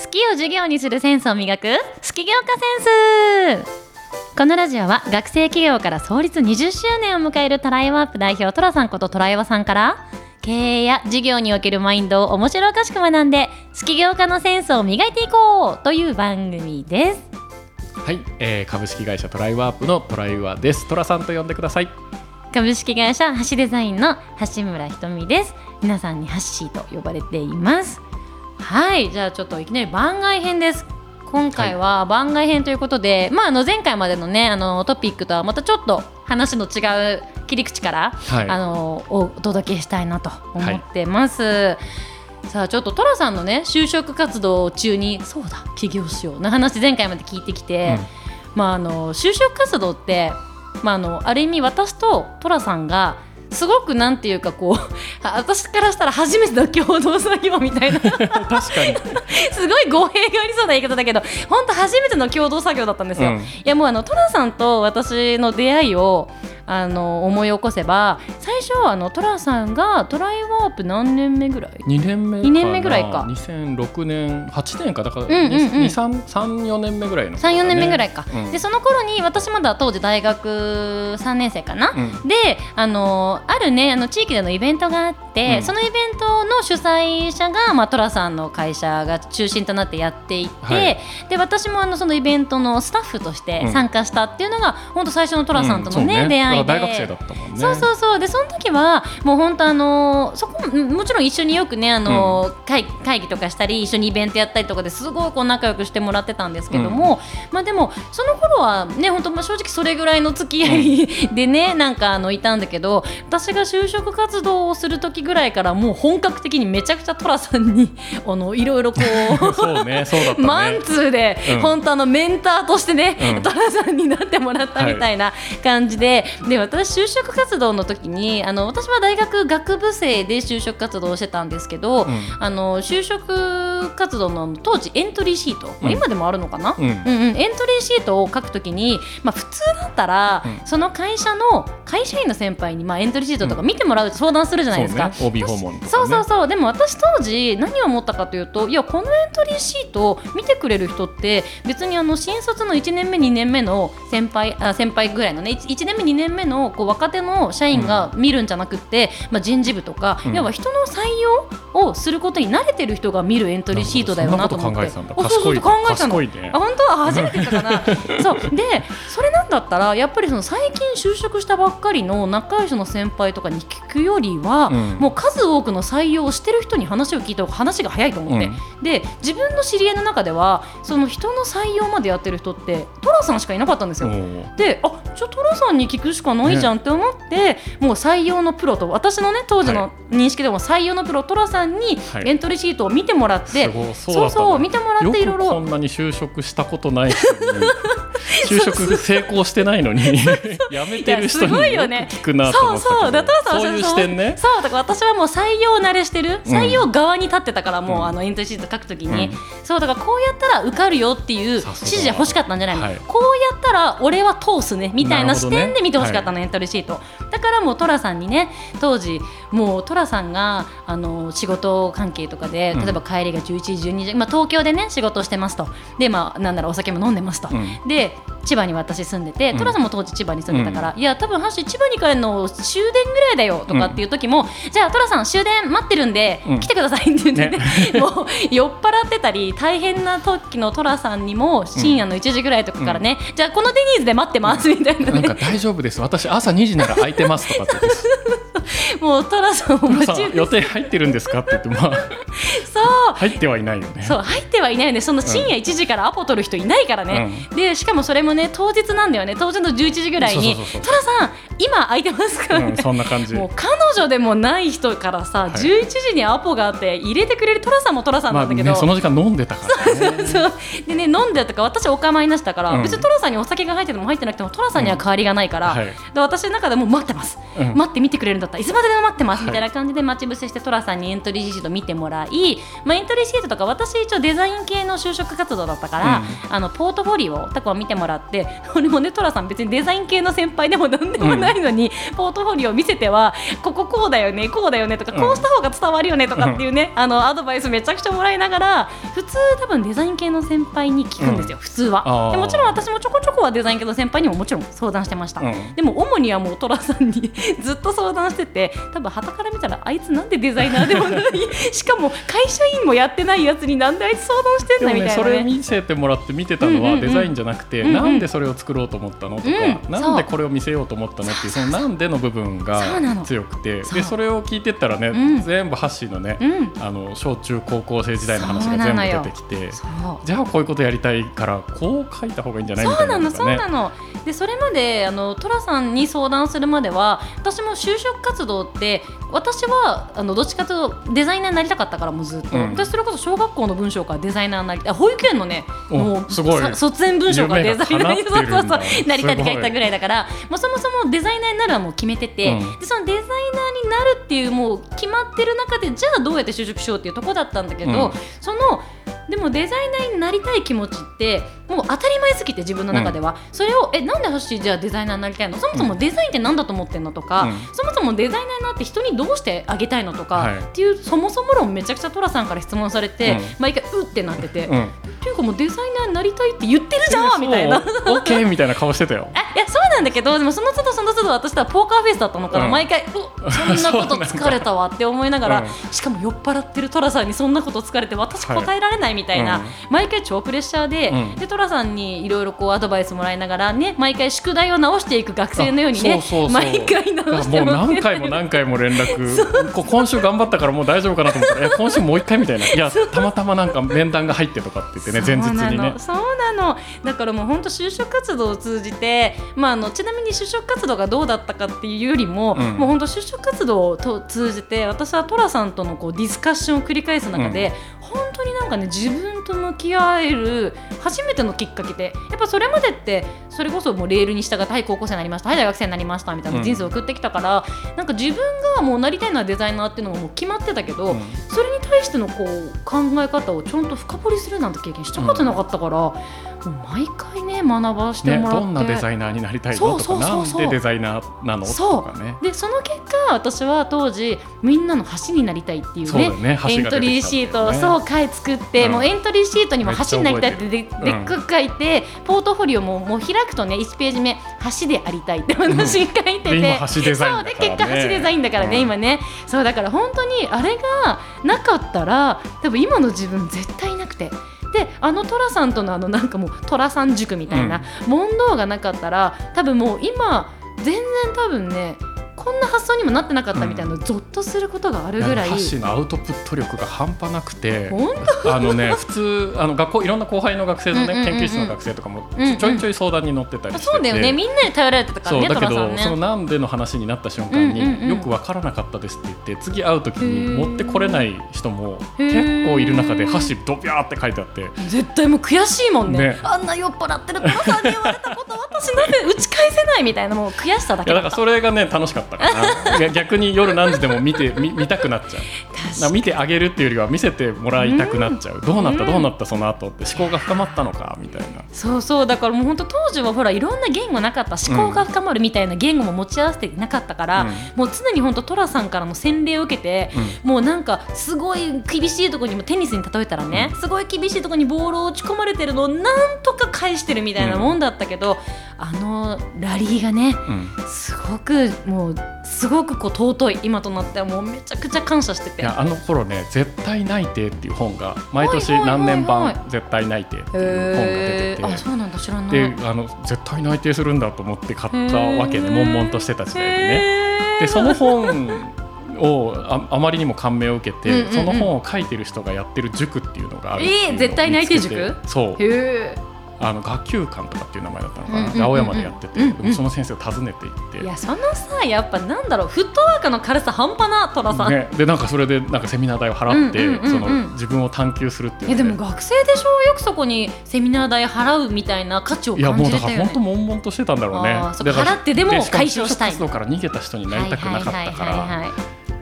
好きを授業にするセンスを磨く好き業家センス。このラジオは学生企業から創立20周年を迎えるトライワープ代表トラさんことトライワさんから経営や事業におけるマインドを面白おかしく学んで好き業家のセンスを磨いていこうという番組です。 はい、株式会社トライワープのトライワです。トラさんと呼んでください。 株式会社橋デザインの橋村ひとみです。皆さんにハッシーと呼ばれています。はい、じゃあちょっといきなり番外編です。今回は番外編ということで、前回までのねトピックとはまたちょっと話の違う切り口から、お届けしたいなと思ってます。さあちょっとトラさんのね就職活動中にそうだ起業しようの話前回まで聞いてきて、就職活動って、ある意味私とトラさんがすごくなんていうかこう私からしたら初めての共同作業みたいな確かにすごい語弊がありそうな言い方だけど本当初めての共同作業だったんですよ。いやもうトラさんと私の出会いを思い起こせば最初トラさんがトライワープ何年目ぐらい 2年目ぐらいか 2006年8年かだから、3,4 年目ぐらいの、ね、 3,4 年目ぐらいか、でその頃に私まだ当時大学3年生かな、であるね地域でのイベントがあって、そのイベントの主催者が、トラさんの会社が中心となってやっていて、で私もそのイベントのスタッフとして参加したっていうのが、本当最初のトラさんとのね、出会いで大学生だったもんね。 そうでその時はもう本当そこもちろん一緒によくね会議とかしたり一緒にイベントやったりとかですごいこう仲良くしてもらってたんですけども、でもその頃はね本当正直それぐらいの付き合いでねなんかいたんだけど、私が就職活動をする時ぐらいからもう本格的にめちゃくちゃトラさんにいろいろこうそうね、そうだったね、マンツーで、本当メンターとしてね、トラさんになってもらったみたいな感じで、で私就職活動の時に私は大学学部生で就職活動をしてたんですけど、就職活動の当時エントリーシート、今でもあるのかな、エントリーシートを書く時に、普通だったら、その会社の会社員の先輩に、エントリーシートとか見てもらうと相談するじゃないですか、 OB 訪問とかね。 そうでも私当時何を思ったかというと、いやこのエントリーシートを見てくれる人って別に新卒の1年目2年目の先輩ぐらいのね1年目2年目のこう若手の社員が見るんじゃなくて、人事部とか、要は人の採用をすることに慣れてる人が見るエントリーシートだよなと思って。 そんなこと考えてたんだ。賢いね。 本当は初めて言ったかなそうでそれなんだったらやっぱり最近就職したばっかりの仲良しの先輩とかに聞くよりは、もう数多くの採用をしてる人に話を聞いた方が話が早いと思って、で自分の知り合いの中ではその人の採用までやってる人ってトラさんしかいなかったんですよ。でじゃあトラさんに聞くしかないじゃんって思って、もう採用のプロと私のね当時の認識でも採用のプロトラさんにエントリーシートを見てもらって、そう見てもらっていろいろ。 よくこんなに就職したことない人に就職成功してないのに辞めてる人によく聞くなと思ったけど、そういう視点ね。 そうだから私はもう採用慣れしてる、採用側に立ってたから、もうエントリーシート書くときに、そうだからこうやったら受かるよっていう指示が欲しかったんじゃないの、こうやったら俺は通すねみたいな視点で見てほしかったの、エントリーシートだからもうトラさんにね当時もうトラさんが仕事関係とかで例えば帰りが11時12時、東京でね仕事をしてますと、でなんならお酒も飲んでますと、で千葉に私住んでて、トラさんも当時千葉に住んでたから、いや多分千葉に帰るの終電ぐらいだよとかっていう時も、じゃあトラさん終電待ってるんで、来てくださいって言ってね、もう酔っ払ってたり大変な時のトラさんにも深夜の1時ぐらいとかからね、じゃあこのデニーズで待ってますみたいなね、 なんか大丈夫です私朝2時なら空いてますとかってもうトラさんを待ち予定入ってるんですかって言って、そう入ってはいないよね。 そう入ってはいないよね。その深夜1時からアポ取る人いないからね、でしかもそれもね当日なんだよね。当日の11時ぐらいにトラさん今空いてますか、 そんな感じ。 もう彼女でもない人からさ、11時にアポがあって入れてくれるトラさんもトラさんなんだけど、 その時間飲んでたからね。 そうでね飲んでたから私お構いなしだから、別にトラさんにお酒が入ってても入ってなくてもトラさんには変わりがないから、で私の中でも待ってます、待って見てくれるんだったらいつまででも待ってますみたいな感じで待ち伏せしてトラさんにエントリーシート見てもらい、 エントリーシートとか私一応デザイン系の就職活動だったから、ポートフォリオとかを見てもらって、俺もねトラさん別にデザイン系の先輩でもなんでもないのに、ポートフォリオを見せてはこうだよねこうだよねとか、こうした方が伝わるよねとかっていうね、アドバイスめちゃくちゃもらいながら、普通多分デザイン系の先輩に聞くんですよ、普通は。でもちろん私もちょこちょこはデザイン系の先輩にももちろん相談してました、でも主にはもうトラさんにずっと相談してて、多分傍から見たらあいつなんでデザイナーでもないしかも会社員もやってないやつになんであいつ相談してんのみたいな、ね、 それ見せてもらって見てたのはデザインじゃなくて、なんでそれを作ろうと思ったのとか、なんでこれを見せようと思ったのっていう、そのなんでの部分が強くて、でそれを聞いてったらね、全部ハッシーのね、小中高校生時代の話が全部出てきて、じゃあこういうことやりたいからこう書いた方がいいんじゃないみたいなのがね。 そうなので、それまでトラさんに相談するまでは私も就職活動って私はどっちかというとデザイナーになりたかったから、もうずっと、私それこそ小学校の文章からデザイナーになりたい、保育園のねもう卒園文章からデザイナーになりたいって書いたぐらいだから、もうそもそもデザイナーになるのはもう決めてて、でそのデザイナーになるっていうもう決まってる中で、じゃあどうやって就職しようっていうとこだったんだけど、でもデザイナーになりたい気持ちってもう当たり前すぎて自分の中では、それをなんでハッシーじゃあデザイナーになりたいの、そもそもデザインって何だと思ってんのとか、そもそもデザイナーになって人にどうしてあげたいのとか、っていうそもそも論めちゃくちゃトラさんから質問されて、毎回うってなってて、っていうかもうデザイナーになりたいって言ってるじゃんみたいな、 オッケーみたいな顔してたよ。 いやそうなんだけど、でもその都度私とはポーカーフェイスだったのから、毎回そんなこと疲れたわって思いながら、しかも酔っ払ってるトラさんにそんなこと疲れて私答えられないみたいな、毎回超プレッシャーで、でトラさんにいろいろアドバイスもらいながらね、毎回宿題を直していく学生のようにね、毎回直してもう何回も連絡今週頑張ったからもう大丈夫かなと思ったら今週もう一回みたいな、いやたまたまなんか面談が入ってとかって言ってね、前日にね。 そうなのだからもう本当就職活動を通じて、ちなみに就職活動がどうだったかっていうよりも、もう本当就職活動を通じて私はトラさんとのディスカッションを繰り返す中で、本当になんかね自分と向き合える初めてのきっかけで、やっぱそれまでってそれこそもうレールに従ってはい高校生になりました、はい大学生になりましたみたいな人生を送ってきたから、なんか自分がもうなりたいのはデザイナーっていうのがもう決まってたけど、それに対しての考え方をちゃんと深掘りするなんて経験したことなかったから、もう毎回ね学ばしてもらって、 どんなデザイナーになりたいのとか、なんでデザイナーなのとかね。 でその結果私は当時みんなの橋になりたいっていうね、エントリーシートを作って、もうエントリーシートにも橋になりたいってでっかく書いて、ポートフォリオもう開くとね1ページ目橋でありたいって私書いてて、 今橋デザインだからね。 そうで結果橋デザインだからね、今ね。そうだから本当にあれがなかったら多分今の自分絶対いなくて、でトラさんとのなんかもうトラさん塾みたいな問答がなかったら、多分もう今全然多分ねこんな発想にもなってなかったみたいな、ゾッとすることがあるぐらい、 ハッシーのアウトプット力が半端なくて、 本当普通学校いろんな後輩の学生のね、研究室の学生とかもちょいちょい相談に乗ってたりしてて、 そうだよね、みんなに頼られてたからね。 そうだけど、 トラさんね、 そのなんでの話になった瞬間に、よく分からなかったですって言って次会う時に持ってこれない人も結構いる中で、ハッシードビャーって書いてあって、 絶対もう悔しいもん ね、あんな酔っ払ってるトラさんに言われたこと私なんで打ち返せないみたいな、もう悔しさだけだった。 だからそれがね楽しかったかな逆に夜何時でも見たくなっちゃう。見てあげるっていうよりは見せてもらいたくなっちゃう、どうなったその後って思考が深まったのかみたいな。 そうだからもう本当当時はほらいろんな言語なかった、思考が深まるみたいな言語も持ち合わせてなかったから、もう常に本当トラさんからの洗礼を受けて、もうなんかすごい厳しいところにもテニスに例えたらね、すごい厳しいところにボールを打ち込まれてるのをなんとか返してるみたいなもんだったけど、ラリーがね、すごく尊い、今となってはもうめちゃくちゃ感謝してて。 いや頃ね絶対内定っていう本が毎年何年版絶対内定っていう本が出てて、 あそうなんだ、知らない。 で絶対内定するんだと思って買ったわけで、悶々としてた時代でね。でその本をあまりにも感銘を受けて、その本を書いてる人がやってる塾っていうのがあるっていうのを絶対内定塾。 そう学級館とかっていう名前だったのかな、青山でやってて、でもその先生を訪ねて行って、 いやそのさやっぱなんだろう、フットワークの軽さ半端なトラさん、 ね、でなんかそれでなんかセミナー代を払って、その自分を探求するっていう、 でも学生でしょ、よくそこにセミナー代払うみたいな価値を感じれたよね。 いやもうだから本当悶々としてたんだろうね。 払ってでも解消したい。 就職活動から逃げた人になりたくなかったからって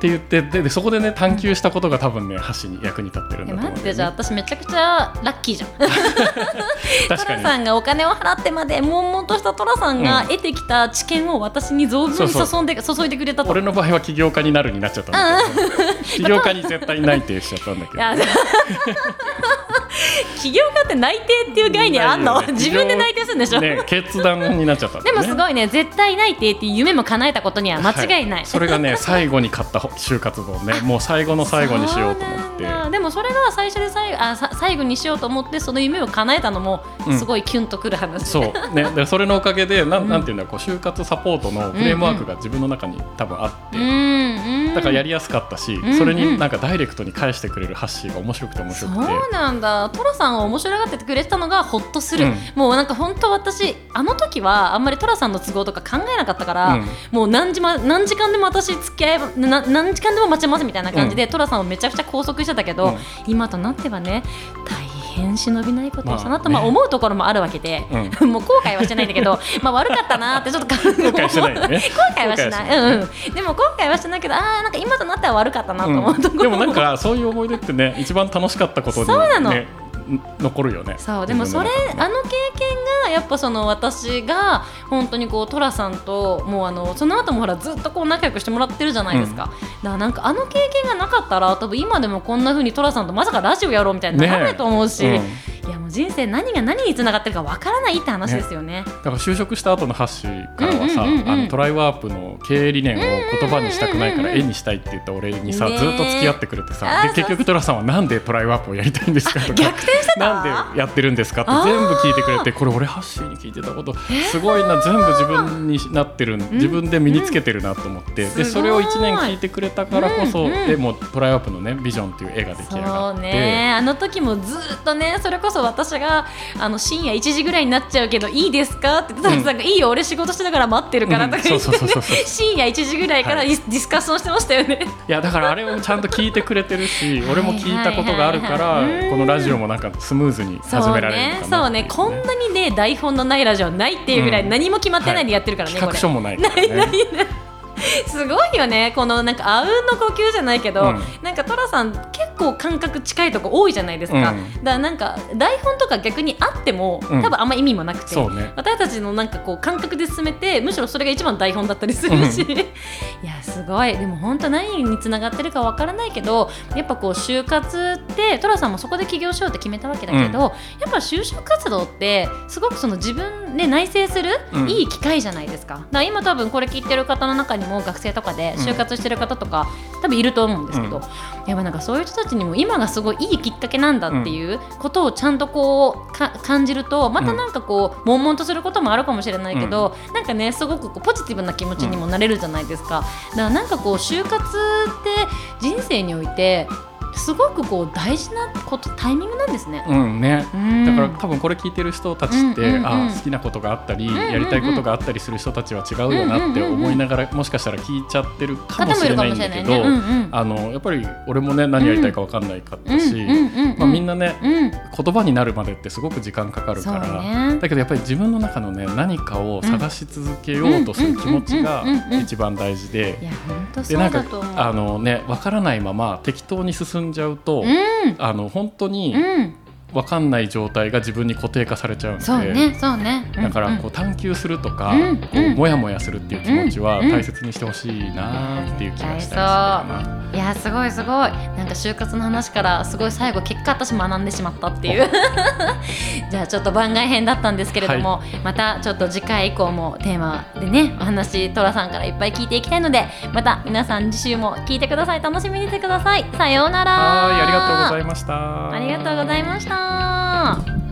って言ってでそこでね探求したことが多分ね箸に役に立ってるんだと思うんだよね。 待って、じゃあ私めちゃくちゃラッキーじゃん確かにトラさんがお金を払ってまで悶々としたトラさんが得てきた知見を私に存分に注いでくれたと。 俺の場合は起業家になるになっちゃったんだけど起業家に絶対内定しちゃったんだけど起業家って内定っていう概念あんの？自分で内定するんでしょ、 ね、決断になっちゃったんだ、ね、 でもすごいね、絶対内定っていう夢も叶えたことには間違いない、 はい、それがね最後に買った就活本ねもう最後の最後にしようと思ってでもそれが最初で最後にしようと思ってその夢を叶えたのもすごいキュンとくる話、 そうね、でそれのおかげでなんていうんだろう、こう就活サポートのフレームワークが自分の中に多分あって、だからやりやすかったし、それになんかダイレクトに返してくれるハッシーが面白くて面白くて、 そうなんだ。トラさんが面白がっててくれてたのがホッとする、もうなんか本当私あの時はあんまりトラさんの都合とか考えなかったから、もう何時間でも私付き合えば何時間でも待ちますみたいな感じで、トラさんをめちゃくちゃ拘束してたけど、今となってはね大変忍びないことをしたなと、思うところもあるわけで、もう後悔はしてないんだけど悪かったなってちょっと後悔してないよね後悔はしない、でも後悔はしてないけどなんか今となっては悪かったなと思うところ、 でもなんかそういう思い出ってね一番楽しかったことに、ね、そうなの残るよね。 そうでもそれあの経験がやっぱその私が本当にこうトラさんともうその後もほらずっとこう仲良くしてもらってるじゃないですか、だからなんかあの経験がなかったら多分今でもこんな風にトラさんとまさかラジオやろうみたいにならないと思うし、いやもう人生何が何につながってるかわからないって話ですよね。 だから就職した後のハッシーからはさ、トライワープの経営理念を言葉にしたくないから絵にしたいって言った俺にさ、ずっと付き合ってくれてさ、で結局トラさんはなんでトライワープをやりたいんですかとか逆転してたなんでやってるんですかって全部聞いてくれて、これ俺ハッシーに聞いてたことすごいな、全部自分になってる、自分で身につけてるなと思って、でそれを1年聞いてくれたからこそ、もうトライワープのねビジョンっていう絵が出来上がって、そうね、 あの時もずっとね、それこそ私が深夜1時ぐらいになっちゃうけどいいですかって言ってたら、いいよ俺仕事してたから待ってるからとか言ってね、深夜1時ぐらいからディスカッションしてましたよね。 いやだからあれをちゃんと聞いてくれてるし俺も聞いたことがあるからこのラジオもなんかスムーズに始められるのかな。 そうね、こんなにね台本のないラジオないっていうぐらい何も決まってないでやってるからね、 企画書もないからね。 ないすごいよね、このなんかあうんの呼吸じゃないけど、なんかトラさん結構感覚近いとこ多いじゃないですか、だからなんか台本とか逆にあっても、多分あんま意味もなくて、私たちのなんかこう感覚で進めて、むしろそれが一番台本だったりするし、いやすごい。でも本当何につながってるかわからないけど、やっぱこう就活ってトラさんもそこで起業しようって決めたわけだけど、やっぱ就職活動ってすごくその自分で内省するいい機会じゃないですか。だから今多分これ聞いてる方の中にも学生とかで就活してる方とか、多分いると思うんですけど、やっぱなんかそういう人たちにも今がすごいいいきっかけなんだっていうことをちゃんとこう感じると、またなんかこう悶々とすることもあるかもしれないけど、なんかねすごくこうポジティブな気持ちにもなれるじゃないですか。だからなんかこう就活って人生においてすごくこう大事なタイミングなんですね。 だから多分これ聞いてる人たちって、好きなことがあったり、やりたいことがあったりする人たちは違うよなって思いながら、もしかしたら聞いちゃってるかもしれないんだけど、やっぱり俺もね何やりたいか分かんないかったし、みんなね、言葉になるまでってすごく時間かかるから、だけどやっぱり自分の中のね何かを探し続けようとする気持ちが一番大事で、でなんか分からないまま適当に進んじゃうと、本当に分かんない状態が自分に固定化されちゃうので、だからこう探求するとか、こうモヤモヤするっていう気持ちは大切にしてほしいなっていう気がしたりするな。 いやすごいすごい、なんか就活の話からすごい最後結果私学んでしまったっていうじゃあちょっと番外編だったんですけれども、またちょっと次回以降もテーマでねお話トラさんからいっぱい聞いていきたいので、また皆さん次週も聞いてください。楽しみにしてください。さようなら。 はい、ありがとうございました。 ありがとうございました。